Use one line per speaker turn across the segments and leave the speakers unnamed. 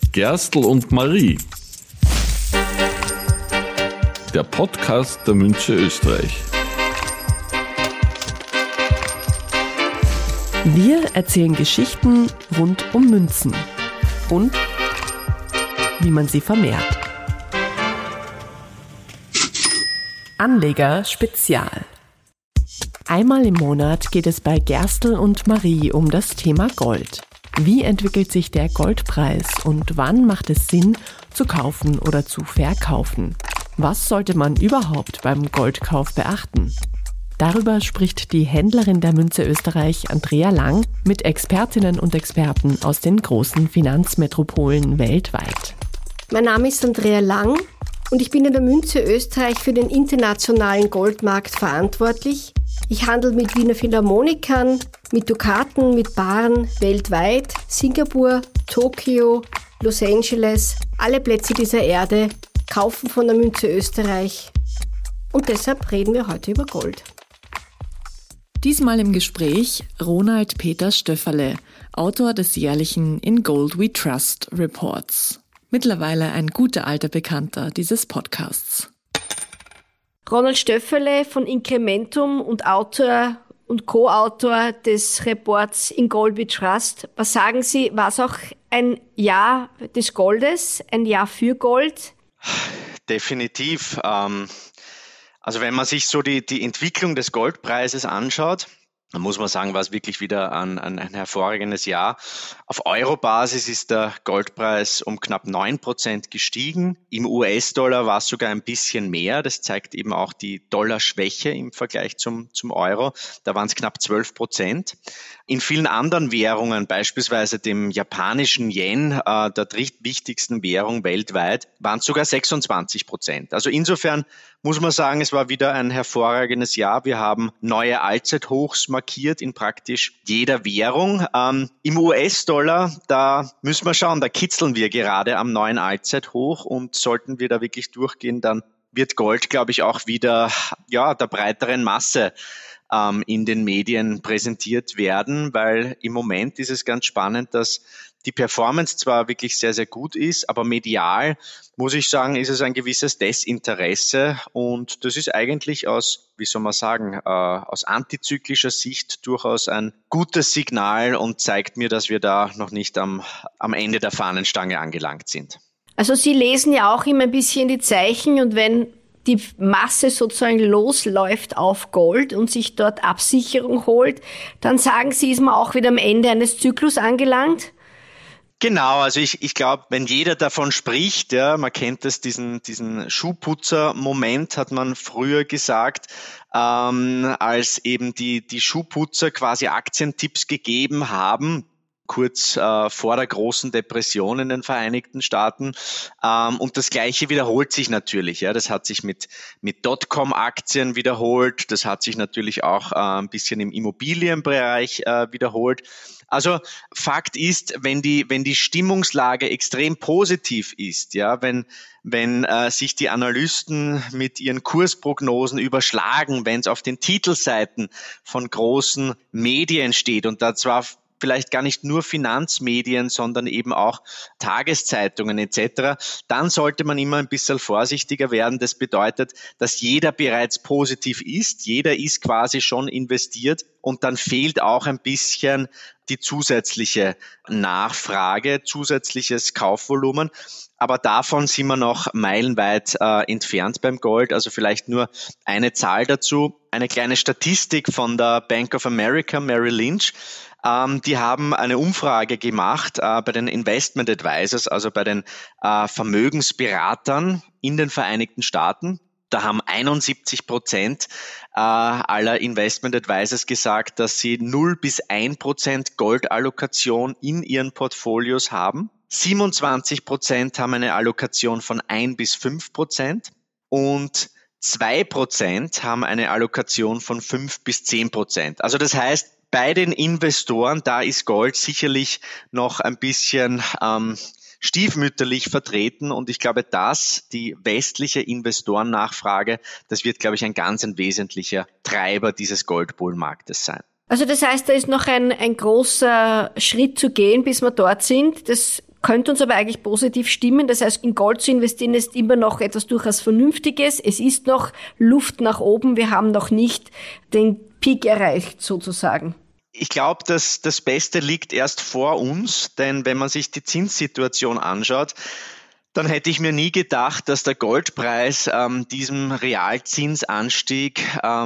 Gerstl und Marie. Der Podcast der Münze Österreich.
Wir erzählen Geschichten rund um Münzen und wie man sie vermehrt. Anleger Spezial. Einmal im Monat geht es bei Gerstl und Marie um das Thema Gold. Wie entwickelt sich der Goldpreis und wann macht es Sinn, zu kaufen oder zu verkaufen? Was sollte man überhaupt beim Goldkauf beachten? Darüber spricht die Händlerin der Münze Österreich, Andrea Lang, mit Expertinnen und Experten aus den großen Finanzmetropolen weltweit.
Mein Name ist Andrea Lang und ich bin in der Münze Österreich für den internationalen Goldmarkt verantwortlich. Ich handle mit Wiener Philharmonikern, mit Dukaten, mit Baren weltweit, Singapur, Tokio, Los Angeles, alle Plätze dieser Erde kaufen von der Münze Österreich. Und deshalb reden wir heute über Gold.
Diesmal im Gespräch Ronald Peter Stöfferle, Autor des jährlichen In Gold We Trust Reports. Mittlerweile ein guter alter Bekannter dieses Podcasts.
Ronald Stöfferle von Incrementum und Autor und Co-Autor des Reports In Gold We Trust. Was sagen Sie, war es auch ein Jahr des Goldes, ein Jahr für Gold?
Definitiv. Also wenn man sich so die Entwicklung des Goldpreises anschaut, dann muss man sagen, war es wirklich wieder ein hervorragendes Jahr. Auf Euro-Basis ist der Goldpreis um knapp 9% gestiegen. Im US-Dollar war es sogar ein bisschen mehr. Das zeigt eben auch die Dollarschwäche im Vergleich zum Euro. Da waren es knapp 12%. In vielen anderen Währungen, beispielsweise dem japanischen Yen, der drittwichtigsten Währung weltweit, waren es sogar 26%. Also insofern muss man sagen, es war wieder ein hervorragendes Jahr. Wir haben neue Allzeithochs markiert in praktisch jeder Währung. Im US-Dollar, da müssen wir schauen, da kitzeln wir gerade am neuen Allzeithoch und sollten wir da wirklich durchgehen, dann wird Gold, glaube ich, auch wieder der breiteren Masse in den Medien präsentiert werden, weil im Moment ist es ganz spannend, dass die Performance zwar wirklich sehr, sehr gut ist, aber medial, muss ich sagen, ist es ein gewisses Desinteresse und das ist eigentlich aus antizyklischer Sicht durchaus ein gutes Signal und zeigt mir, dass wir da noch nicht am Ende der Fahnenstange angelangt sind.
Also Sie lesen ja auch immer ein bisschen die Zeichen und wenn die Masse sozusagen losläuft auf Gold und sich dort Absicherung holt, dann sagen Sie, ist man auch wieder am Ende eines Zyklus angelangt?
Genau, also ich glaube, wenn jeder davon spricht, ja, man kennt das, diesen Schuhputzer-Moment, hat man früher gesagt, als eben die Schuhputzer quasi Aktientipps gegeben haben, kurz vor der großen Depression in den Vereinigten Staaten. Und das Gleiche wiederholt sich natürlich. Ja. Das hat sich mit Dotcom-Aktien wiederholt. Das hat sich natürlich auch ein bisschen im Immobilienbereich wiederholt. Also Fakt ist, wenn die Stimmungslage extrem positiv ist, ja, wenn sich die Analysten mit ihren Kursprognosen überschlagen, wenn es auf den Titelseiten von großen Medien steht und da zwar vielleicht gar nicht nur Finanzmedien, sondern eben auch Tageszeitungen etc., dann sollte man immer ein bisschen vorsichtiger werden. Das bedeutet, dass jeder bereits positiv ist, jeder ist quasi schon investiert und dann fehlt auch ein bisschen die zusätzliche Nachfrage, zusätzliches Kaufvolumen. Aber davon sind wir noch meilenweit entfernt beim Gold. Also vielleicht nur eine Zahl dazu. Eine kleine Statistik von der Bank of America, Merrill Lynch. Die haben eine Umfrage gemacht bei den Investment Advisors, also bei den Vermögensberatern in den Vereinigten Staaten. Da haben 71% aller Investment Advisors gesagt, dass sie 0-1% Goldallokation in ihren Portfolios haben. 27% haben eine Allokation von 1-5% und 2% haben eine Allokation von 5-10%. Also das heißt, bei den Investoren, da ist Gold sicherlich noch ein bisschen stiefmütterlich vertreten und ich glaube, dass die westliche Investorennachfrage, das wird, glaube ich, ein ganz wesentlicher Treiber dieses Goldbullmarktes sein.
Also das heißt, da ist noch ein großer Schritt zu gehen, bis wir dort sind. Das könnte uns aber eigentlich positiv stimmen. Das heißt, in Gold zu investieren ist immer noch etwas durchaus Vernünftiges. Es ist noch Luft nach oben. Wir haben noch nicht den Peak erreicht, sozusagen.
Ich glaube, dass das Beste liegt erst vor uns, denn wenn man sich die Zinssituation anschaut, dann hätte ich mir nie gedacht, dass der Goldpreis diesem Realzinsanstieg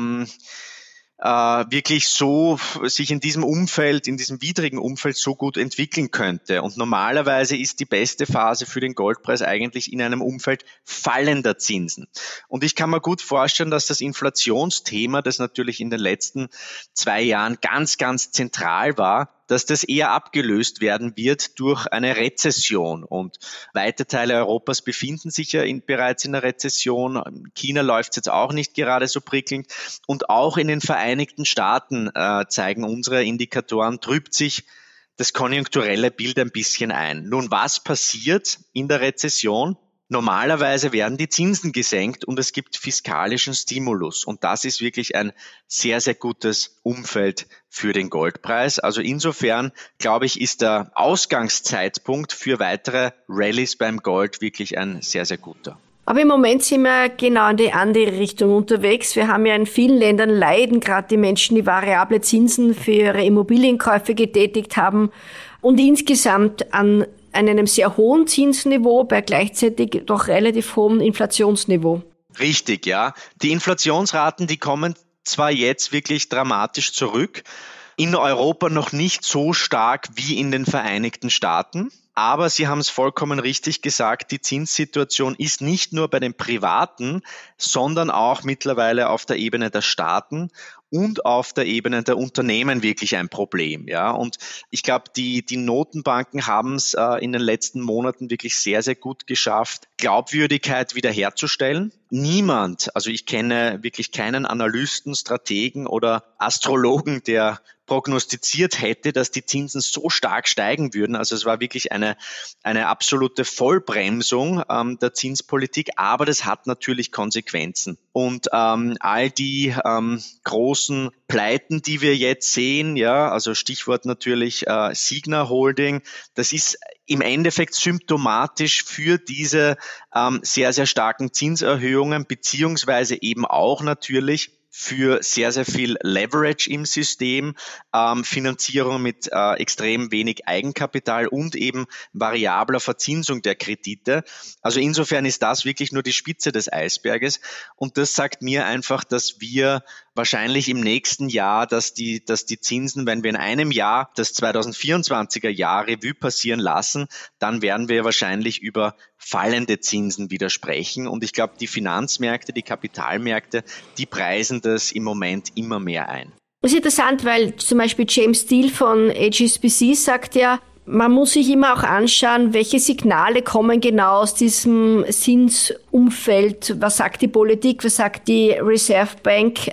wirklich so sich in diesem Umfeld, in diesem widrigen Umfeld so gut entwickeln könnte. Und normalerweise ist die beste Phase für den Goldpreis eigentlich in einem Umfeld fallender Zinsen. Und ich kann mir gut vorstellen, dass das Inflationsthema, das natürlich in den letzten 2 Jahren ganz, ganz zentral war, dass das eher abgelöst werden wird durch eine Rezession. Und weite Teile Europas befinden sich ja bereits in einer Rezession. In China läuft es jetzt auch nicht gerade so prickelnd. Und auch in den Vereinigten Staaten zeigen unsere Indikatoren, trübt sich das konjunkturelle Bild ein bisschen ein. Nun, was passiert in der Rezession? Normalerweise werden die Zinsen gesenkt und es gibt fiskalischen Stimulus. Und das ist wirklich ein sehr, sehr gutes Umfeld für den Goldpreis. Also insofern, glaube ich, ist der Ausgangszeitpunkt für weitere Rallyes beim Gold wirklich ein sehr, sehr guter.
Aber im Moment sind wir genau in die andere Richtung unterwegs. Wir haben ja in vielen Ländern leiden gerade die Menschen, die variable Zinsen für ihre Immobilienkäufe getätigt haben und insgesamt an einem sehr hohen Zinsniveau bei gleichzeitig doch relativ hohem Inflationsniveau.
Richtig, ja. Die Inflationsraten, die kommen zwar jetzt wirklich dramatisch zurück, in Europa noch nicht so stark wie in den Vereinigten Staaten. Aber Sie haben es vollkommen richtig gesagt, die Zinssituation ist nicht nur bei den Privaten, sondern auch mittlerweile auf der Ebene der Staaten und auf der Ebene der Unternehmen wirklich ein Problem. Ja, und ich glaube, die Notenbanken haben es in den letzten Monaten wirklich sehr, sehr gut geschafft, Glaubwürdigkeit wiederherzustellen. Niemand, also ich kenne wirklich keinen Analysten, Strategen oder Astrologen, der prognostiziert hätte, dass die Zinsen so stark steigen würden. Also es war wirklich eine absolute Vollbremsung der Zinspolitik, aber das hat natürlich Konsequenzen. Und all die großen Pleiten, die wir jetzt sehen, ja, also Stichwort natürlich Signa Holding, das ist im Endeffekt symptomatisch für diese sehr, sehr starken Zinserhöhungen, beziehungsweise eben auch natürlich für sehr, sehr viel Leverage im System, Finanzierung mit extrem wenig Eigenkapital und eben variabler Verzinsung der Kredite. Also insofern ist das wirklich nur die Spitze des Eisberges. Und das sagt mir einfach, dass wir wahrscheinlich im nächsten Jahr, dass die Zinsen, wenn wir in einem Jahr das 2024er Jahr Revue passieren lassen, dann werden wir wahrscheinlich über fallende Zinsen wieder sprechen. Und ich glaube, die Finanzmärkte, die Kapitalmärkte, die preisen das im Moment immer mehr ein.
Das ist interessant, weil zum Beispiel James Steele von HSBC sagt ja, man muss sich immer auch anschauen, welche Signale kommen genau aus diesem Zinsumfeld. Was sagt die Politik, was sagt die Reserve Bank?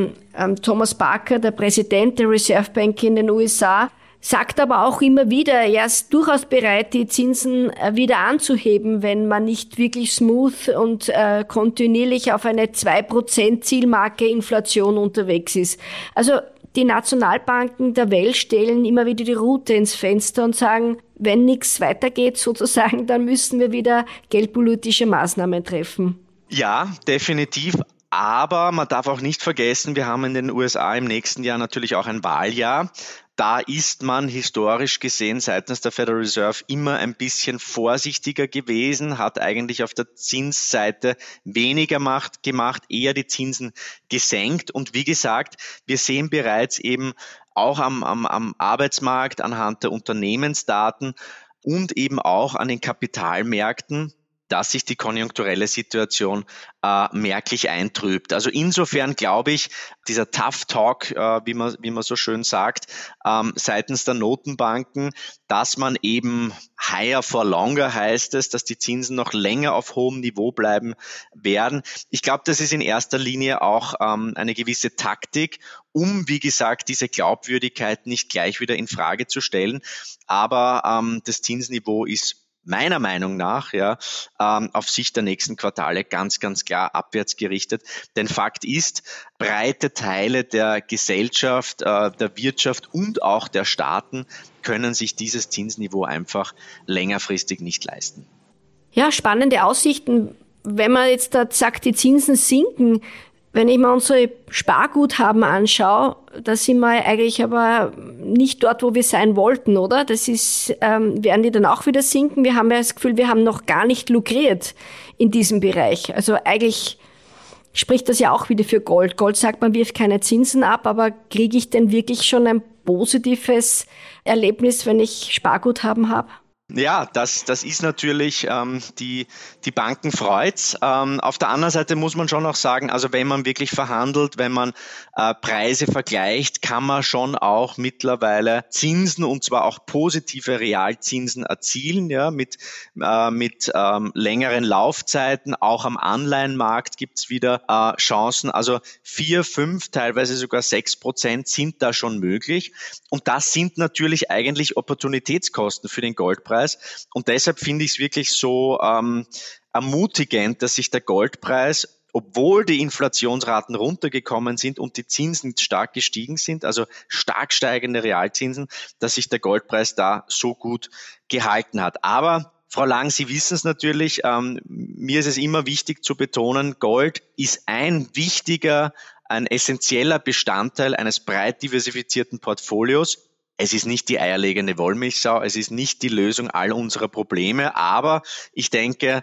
Thomas Parker, der Präsident der Reserve Bank in den USA, sagt aber auch immer wieder, er ist durchaus bereit, die Zinsen wieder anzuheben, wenn man nicht wirklich smooth und kontinuierlich auf eine 2% Zielmarke Inflation unterwegs ist. Also die Nationalbanken der Welt stellen immer wieder die Rute ins Fenster und sagen, wenn nichts weitergeht sozusagen, dann müssen wir wieder geldpolitische Maßnahmen treffen.
Ja, definitiv. Aber man darf auch nicht vergessen, wir haben in den USA im nächsten Jahr natürlich auch ein Wahljahr. Da ist man historisch gesehen seitens der Federal Reserve immer ein bisschen vorsichtiger gewesen, hat eigentlich auf der Zinsseite weniger gemacht, eher die Zinsen gesenkt. Und wie gesagt, wir sehen bereits eben auch am Arbeitsmarkt anhand der Unternehmensdaten und eben auch an den Kapitalmärkten, dass sich die konjunkturelle Situation merklich eintrübt. Also insofern glaube ich, dieser Tough Talk, wie man so schön sagt, seitens der Notenbanken, dass man eben higher for longer heißt es, dass die Zinsen noch länger auf hohem Niveau bleiben werden. Ich glaube, das ist in erster Linie auch eine gewisse Taktik, um, wie gesagt, diese Glaubwürdigkeit nicht gleich wieder in Frage zu stellen. Aber das Zinsniveau ist meiner Meinung nach auf Sicht der nächsten Quartale ganz, ganz klar abwärts gerichtet. Denn Fakt ist, breite Teile der Gesellschaft, der Wirtschaft und auch der Staaten können sich dieses Zinsniveau einfach längerfristig nicht leisten.
Ja, spannende Aussichten. Wenn man jetzt da sagt, die Zinsen sinken, wenn ich mir unsere Sparguthaben anschaue, da sind wir eigentlich aber nicht dort, wo wir sein wollten, oder? Das ist, werden die dann auch wieder sinken? Wir haben ja das Gefühl, wir haben noch gar nicht lukriert in diesem Bereich. Also eigentlich spricht das ja auch wieder für Gold. Gold sagt, man wirft keine Zinsen ab, aber kriege ich denn wirklich schon ein positives Erlebnis, wenn ich Sparguthaben habe?
Ja, das ist natürlich, die Banken freut's. Auf der anderen Seite muss man schon auch sagen, also wenn man wirklich verhandelt, wenn man Preise vergleicht, kann man schon auch mittlerweile Zinsen und zwar auch positive Realzinsen erzielen, ja, mit längeren Laufzeiten. Auch am Anleihenmarkt gibt's wieder Chancen. Also 4, 5, teilweise sogar 6% sind da schon möglich. Und das sind natürlich eigentlich Opportunitätskosten für den Goldpreis. Und deshalb finde ich es wirklich so ermutigend, dass sich der Goldpreis, obwohl die Inflationsraten runtergekommen sind und die Zinsen stark gestiegen sind, also stark steigende Realzinsen, dass sich der Goldpreis da so gut gehalten hat. Aber Frau Lang, Sie wissen es natürlich, mir ist es immer wichtig zu betonen, Gold ist ein essentieller Bestandteil eines breit diversifizierten Portfolios. Es ist nicht die eierlegende Wollmilchsau, es ist nicht die Lösung all unserer Probleme, aber ich denke,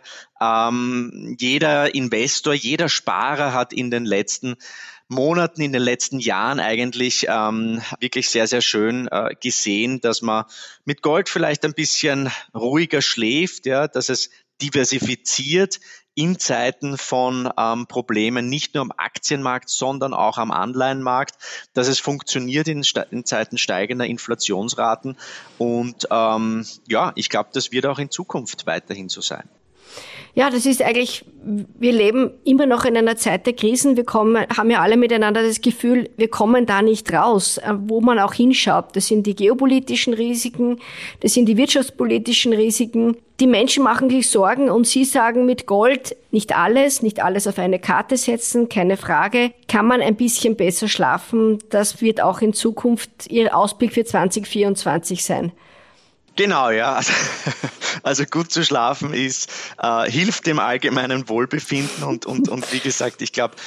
jeder Investor, jeder Sparer hat in den letzten Monaten, in den letzten Jahren eigentlich wirklich sehr, sehr schön gesehen, dass man mit Gold vielleicht ein bisschen ruhiger schläft, ja, dass es diversifiziert in Zeiten von Problemen, nicht nur am Aktienmarkt, sondern auch am Anleihenmarkt, dass es funktioniert in Zeiten steigender Inflationsraten. Und ich glaube, das wird auch in Zukunft weiterhin so sein.
Ja, das ist eigentlich, wir leben immer noch in einer Zeit der Krisen. Haben ja alle miteinander das Gefühl, wir kommen da nicht raus, wo man auch hinschaut. Das sind die geopolitischen Risiken, das sind die wirtschaftspolitischen Risiken. Die Menschen machen sich Sorgen und Sie sagen mit Gold nicht alles auf eine Karte setzen, keine Frage. Kann man ein bisschen besser schlafen? Das wird auch in Zukunft Ihr Ausblick für 2024 sein.
Genau, ja. Also gut zu schlafen hilft dem allgemeinen Wohlbefinden und wie gesagt, ich glaube,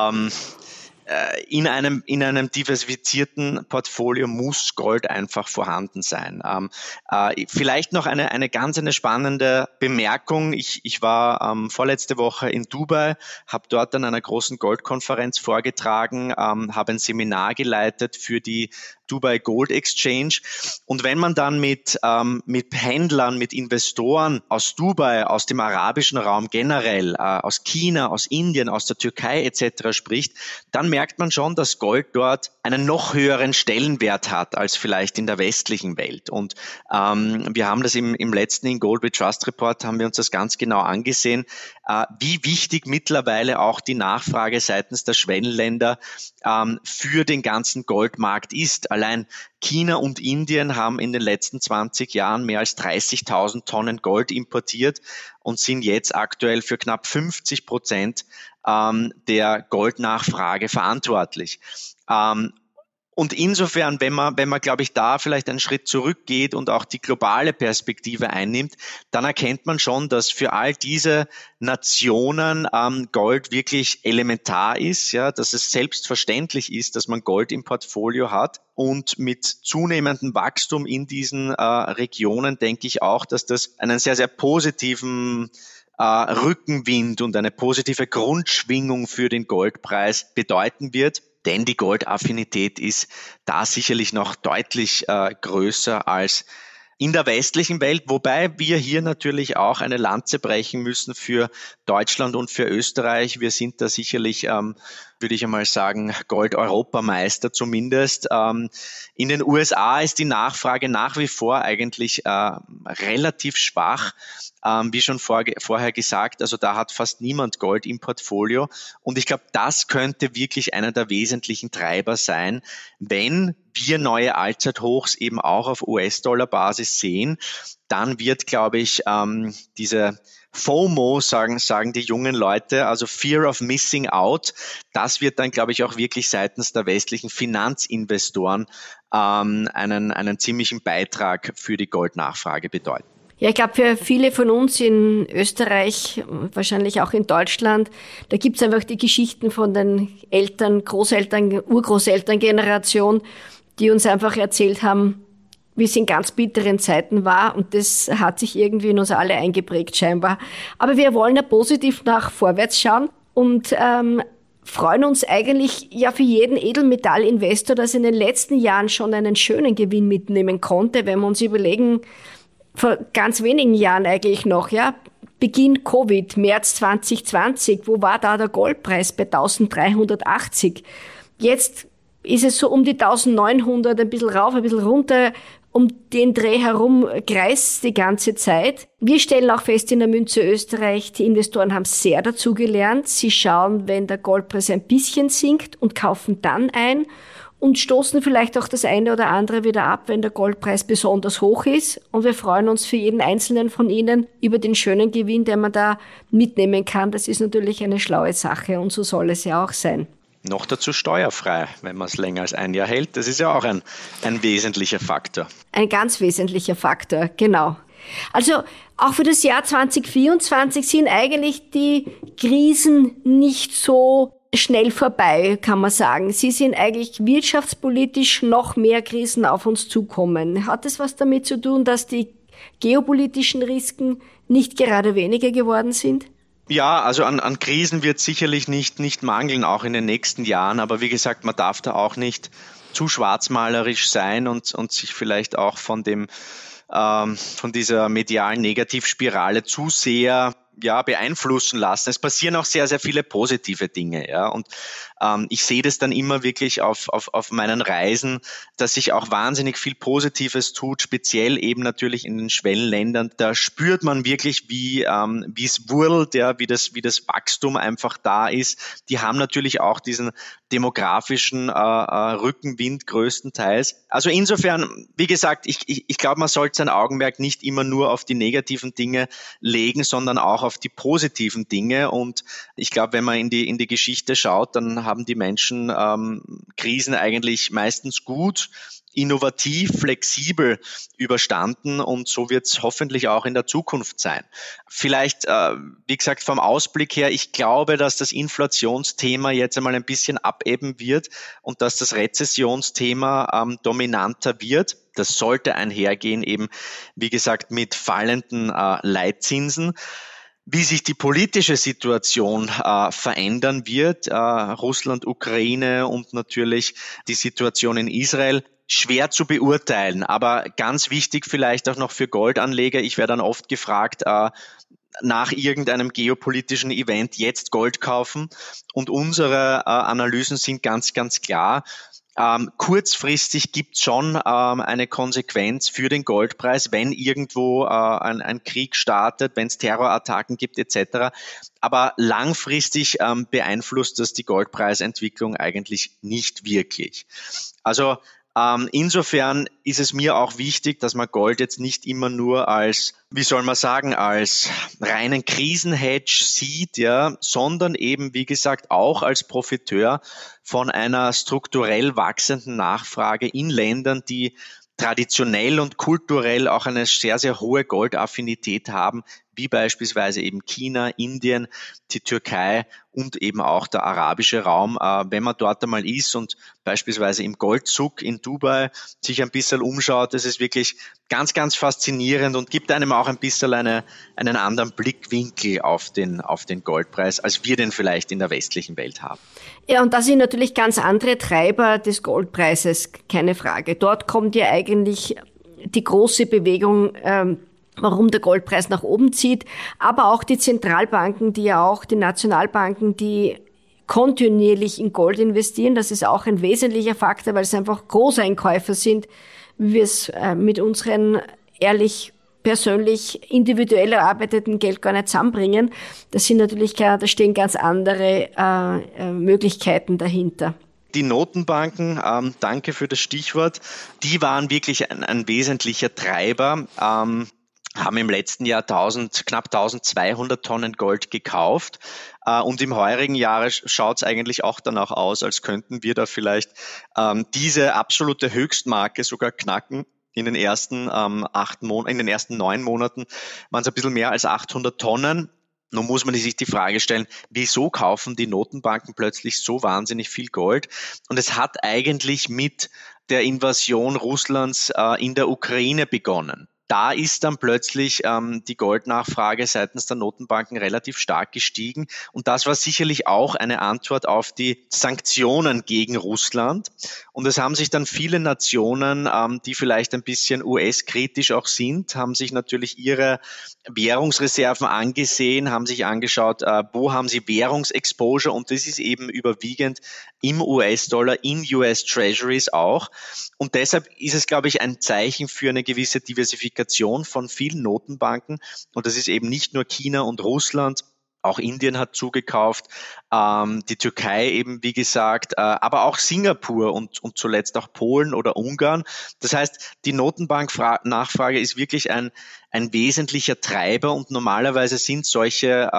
in einem diversifizierten Portfolio muss Gold einfach vorhanden sein. Vielleicht noch eine ganz spannende Bemerkung. Ich war vorletzte Woche in Dubai, habe dort an einer großen Goldkonferenz vorgetragen, habe ein Seminar geleitet für die Dubai Gold Exchange. Und wenn man dann mit Händlern, mit Investoren aus Dubai, aus dem arabischen Raum generell, aus China, aus Indien, aus der Türkei etc. spricht, dann merkt man schon, dass Gold dort einen noch höheren Stellenwert hat als vielleicht in der westlichen Welt. Und wir haben das im letzten In Gold We Trust Report, haben wir uns das ganz genau angesehen, wie wichtig mittlerweile auch die Nachfrage seitens der Schwellenländer für den ganzen Goldmarkt ist. Allein China und Indien haben in den letzten 20 Jahren mehr als 30.000 Tonnen Gold importiert und sind jetzt aktuell für knapp 50% der Goldnachfrage verantwortlich. Und insofern, wenn man, glaube ich, da vielleicht einen Schritt zurückgeht und auch die globale Perspektive einnimmt, dann erkennt man schon, dass für all diese Nationen Gold wirklich elementar ist, ja, dass es selbstverständlich ist, dass man Gold im Portfolio hat. Und mit zunehmendem Wachstum in diesen Regionen denke ich auch, dass das einen sehr, sehr positiven Rückenwind und eine positive Grundschwingung für den Goldpreis bedeuten wird. Denn die Goldaffinität ist da sicherlich noch deutlich größer als in der westlichen Welt, wobei wir hier natürlich auch eine Lanze brechen müssen für Deutschland und für Österreich. Wir sind da sicherlich, würde ich einmal sagen, Gold-Europameister zumindest. In den USA ist die Nachfrage nach wie vor eigentlich relativ schwach. Wie schon vorher gesagt, also da hat fast niemand Gold im Portfolio. Und ich glaube, das könnte wirklich einer der wesentlichen Treiber sein, wenn wir neue Allzeithochs eben auch auf US-Dollar-Basis sehen, dann wird, glaube ich, diese FOMO, sagen die jungen Leute, also Fear of Missing Out, das wird dann, glaube ich, auch wirklich seitens der westlichen Finanzinvestoren einen ziemlichen Beitrag für die Goldnachfrage bedeuten.
Ja, ich glaube, für viele von uns in Österreich, wahrscheinlich auch in Deutschland, da gibt's einfach die Geschichten von den Eltern, Großeltern, Urgroßelterngeneration, die uns einfach erzählt haben, wie es in ganz bitteren Zeiten war, und das hat sich irgendwie in uns alle eingeprägt scheinbar. Aber wir wollen ja positiv nach vorwärts schauen und freuen uns eigentlich ja für jeden Edelmetallinvestor, dass in den letzten Jahren schon einen schönen Gewinn mitnehmen konnte, wenn wir uns überlegen, vor ganz wenigen Jahren eigentlich noch, ja, Beginn Covid, März 2020, wo war da der Goldpreis? Bei 1380. Jetzt ist es so um die 1900, ein bisschen rauf, ein bisschen runter, um den Dreh herum kreist die ganze Zeit. Wir stellen auch fest in der Münze Österreich, die Investoren haben sehr dazugelernt. Sie schauen, wenn der Goldpreis ein bisschen sinkt und kaufen dann ein und stoßen vielleicht auch das eine oder andere wieder ab, wenn der Goldpreis besonders hoch ist. Und wir freuen uns für jeden Einzelnen von Ihnen über den schönen Gewinn, den man da mitnehmen kann. Das ist natürlich eine schlaue Sache und so soll es ja auch sein.
Noch dazu steuerfrei, wenn man es länger als ein Jahr hält. Das ist ja auch ein wesentlicher Faktor.
Ein ganz wesentlicher Faktor, genau. Also auch für das Jahr 2024 sind eigentlich die Krisen nicht so schnell vorbei, kann man sagen. Sie sind eigentlich wirtschaftspolitisch noch mehr Krisen auf uns zukommen. Hat es was damit zu tun, dass die geopolitischen Risiken nicht gerade weniger geworden sind?
Ja, also an Krisen wird sicherlich nicht mangeln, auch in den nächsten Jahren. Aber wie gesagt, man darf da auch nicht zu schwarzmalerisch sein und sich vielleicht auch von dieser medialen Negativspirale zu sehr beeinflussen lassen. Es passieren auch sehr, sehr viele positive Dinge, ja. Und ich sehe das dann immer wirklich auf meinen Reisen, dass sich auch wahnsinnig viel Positives tut, speziell eben natürlich in den Schwellenländern. Da spürt man wirklich, wie es wurlt, ja, wie das Wachstum einfach da ist. Die haben natürlich auch diesen demografischen Rückenwind größtenteils. Also insofern, wie gesagt, ich glaube, man sollte sein Augenmerk nicht immer nur auf die negativen Dinge legen, sondern auch auf die positiven Dinge. Und ich glaube, wenn man in die Geschichte schaut, dann haben die Menschen Krisen eigentlich meistens gut, innovativ, flexibel überstanden, und so wird es hoffentlich auch in der Zukunft sein. Vielleicht, wie gesagt, vom Ausblick her, ich glaube, dass das Inflationsthema jetzt einmal ein bisschen abebben wird und dass das Rezessionsthema dominanter wird. Das sollte einhergehen eben, wie gesagt, mit fallenden Leitzinsen. Wie sich die politische Situation verändern wird, Russland, Ukraine und natürlich die Situation in Israel, schwer zu beurteilen. Aber ganz wichtig vielleicht auch noch für Goldanleger, ich werde dann oft gefragt, nach irgendeinem geopolitischen Event jetzt Gold kaufen, und unsere Analysen sind ganz, ganz klar. Kurzfristig gibt's schon eine Konsequenz für den Goldpreis, wenn irgendwo ein Krieg startet, wenn es Terrorattacken gibt etc. Aber langfristig beeinflusst das die Goldpreisentwicklung eigentlich nicht wirklich. Also insofern ist es mir auch wichtig, dass man Gold jetzt nicht immer nur als, als reinen Krisenhedge sieht, ja, sondern eben, wie gesagt, auch als Profiteur von einer strukturell wachsenden Nachfrage in Ländern, die traditionell und kulturell auch eine sehr, sehr hohe Goldaffinität haben, wie beispielsweise eben China, Indien, die Türkei und eben auch der arabische Raum. Wenn man dort einmal ist und beispielsweise im Goldsuk in Dubai sich ein bisschen umschaut, das ist wirklich ganz, ganz faszinierend und gibt einem auch ein bisschen einen anderen Blickwinkel auf den Goldpreis, als wir den vielleicht in der westlichen Welt haben.
Ja, und das sind natürlich ganz andere Treiber des Goldpreises, keine Frage. Dort kommt ja eigentlich die große Bewegung, warum der Goldpreis nach oben zieht, aber auch die Zentralbanken, die Nationalbanken, die kontinuierlich in Gold investieren. Das ist auch ein wesentlicher Faktor, weil es einfach Großeinkäufer sind, wie wir es mit unseren ehrlich persönlich individuell erarbeiteten Geld gar nicht zusammenbringen. Das sind natürlich klar, da stehen ganz andere Möglichkeiten dahinter.
Die Notenbanken, danke für das Stichwort, die waren wirklich ein wesentlicher Treiber. haben im letzten Jahr knapp 1200 Tonnen Gold gekauft. Und im heurigen Jahr schaut es eigentlich auch danach aus, als könnten wir da vielleicht diese absolute Höchstmarke sogar knacken. In den ersten 9 Monaten waren es ein bisschen mehr als 800 Tonnen. Nun muss man sich die Frage stellen, wieso kaufen die Notenbanken plötzlich so wahnsinnig viel Gold? Und es hat eigentlich mit der Invasion Russlands in der Ukraine begonnen. Da ist dann plötzlich die Goldnachfrage seitens der Notenbanken relativ stark gestiegen. Und das war sicherlich auch eine Antwort auf die Sanktionen gegen Russland. Und es haben sich dann viele Nationen, die vielleicht ein bisschen US-kritisch auch sind, haben sich natürlich ihre Währungsreserven angesehen, haben sich angeschaut, wo haben sie Währungsexposure. Und das ist eben überwiegend im US-Dollar, in US-Treasuries auch. Und deshalb ist es, glaube ich, ein Zeichen für eine gewisse Diversifikation von vielen Notenbanken. Und das ist eben nicht nur China und Russland, auch Indien hat zugekauft, die Türkei eben, wie gesagt, aber auch Singapur und zuletzt auch Polen oder Ungarn. Das heißt, die Notenbank-Nachfrage ist wirklich ein wesentlicher Treiber und normalerweise sind solche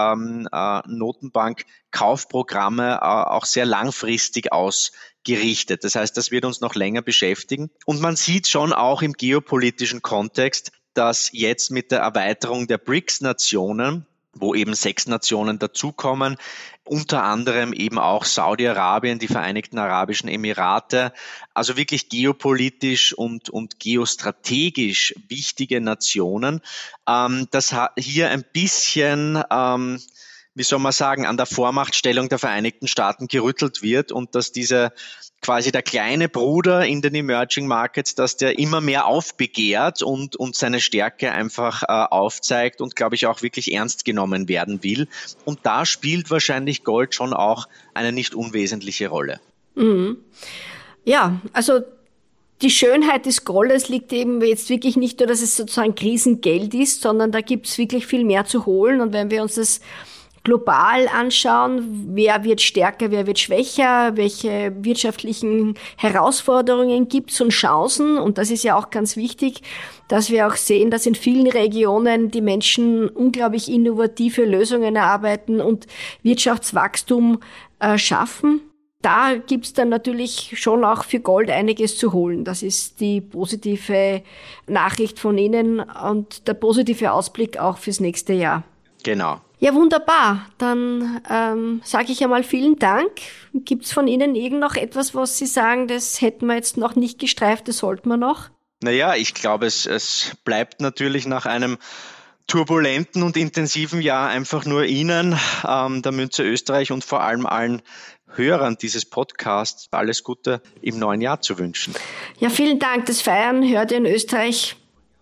Notenbank-Kaufprogramme auch sehr langfristig ausgerichtet. Das heißt, das wird uns noch länger beschäftigen. Und man sieht schon auch im geopolitischen Kontext, dass jetzt mit der Erweiterung der BRICS-Nationen, wo eben 6 Nationen dazukommen, unter anderem eben auch Saudi-Arabien, die Vereinigten Arabischen Emirate, also wirklich geopolitisch und geostrategisch wichtige Nationen, dass hier ein bisschen, wie soll man sagen, an der Vormachtstellung der Vereinigten Staaten gerüttelt wird und dass quasi der kleine Bruder in den Emerging Markets, dass der immer mehr aufbegehrt und seine Stärke einfach aufzeigt und, glaube ich, auch wirklich ernst genommen werden will. Und da spielt wahrscheinlich Gold schon auch eine nicht unwesentliche Rolle.
Mhm. Ja, also die Schönheit des Goldes liegt eben jetzt wirklich nicht nur, dass es sozusagen Krisengeld ist, sondern da gibt es wirklich viel mehr zu holen. Und wenn wir uns das global anschauen, wer wird stärker, wer wird schwächer, welche wirtschaftlichen Herausforderungen gibt's und Chancen. Und das ist ja auch ganz wichtig, dass wir auch sehen, dass in vielen Regionen die Menschen unglaublich innovative Lösungen erarbeiten und Wirtschaftswachstum schaffen. Da gibt's dann natürlich schon auch für Gold einiges zu holen. Das ist die positive Nachricht von Ihnen und der positive Ausblick auch fürs nächste Jahr.
Genau.
Ja, wunderbar. Dann sage ich einmal vielen Dank. Gibt's von Ihnen noch etwas, was Sie sagen, das hätten wir jetzt noch nicht gestreift, das sollten wir noch?
Naja, ich glaube, es bleibt natürlich nach einem turbulenten und intensiven Jahr einfach nur Ihnen, der Münze Österreich und vor allem allen Hörern dieses Podcasts alles Gute im neuen Jahr zu wünschen.
Ja, vielen Dank. Das Feiern hört ihr in Österreich.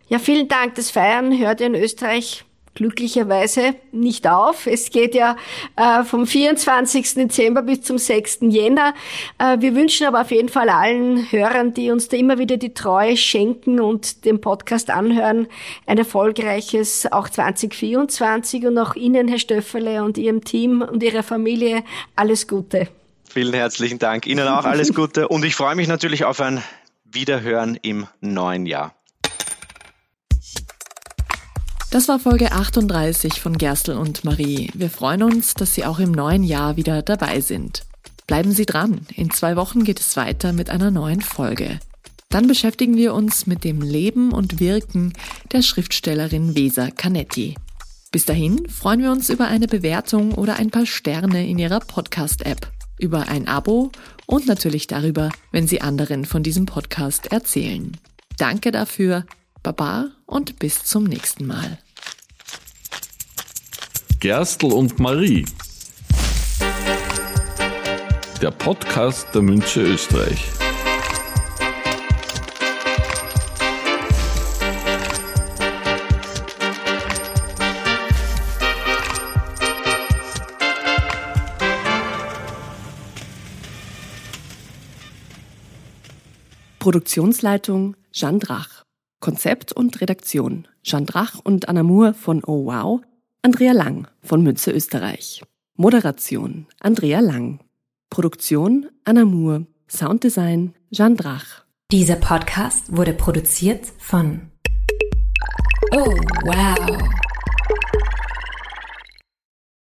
Glücklicherweise nicht auf. Es geht ja vom 24. Dezember bis zum 6. Jänner. Wir wünschen aber auf jeden Fall allen Hörern, die uns da immer wieder die Treue schenken und den Podcast anhören, ein erfolgreiches auch 2024 und auch Ihnen, Herr Stöfferle, und Ihrem Team und Ihrer Familie alles Gute.
Vielen herzlichen Dank. Ihnen auch alles Gute und ich freue mich natürlich auf ein Wiederhören im neuen Jahr.
Das war Folge 38 von Gerstl und Marie. Wir freuen uns, dass Sie auch im neuen Jahr wieder dabei sind. Bleiben Sie dran. In 2 Wochen geht es weiter mit einer neuen Folge. Dann beschäftigen wir uns mit dem Leben und Wirken der Schriftstellerin Weser Canetti. Bis dahin freuen wir uns über eine Bewertung oder ein paar Sterne in Ihrer Podcast-App, über ein Abo und natürlich darüber, wenn Sie anderen von diesem Podcast erzählen. Danke dafür. Baba und bis zum nächsten Mal.
Gerstl und Marie. Der Podcast der Münze Österreich.
Produktionsleitung Jeanne Drach. Konzept und Redaktion Jeanne Drach und Anna Moore von Oh Wow, Andrea Lang von Münze Österreich. Moderation Andrea Lang. Produktion Anna Moore. Sounddesign Jeanne Drach.
Dieser Podcast wurde produziert von Oh, wow.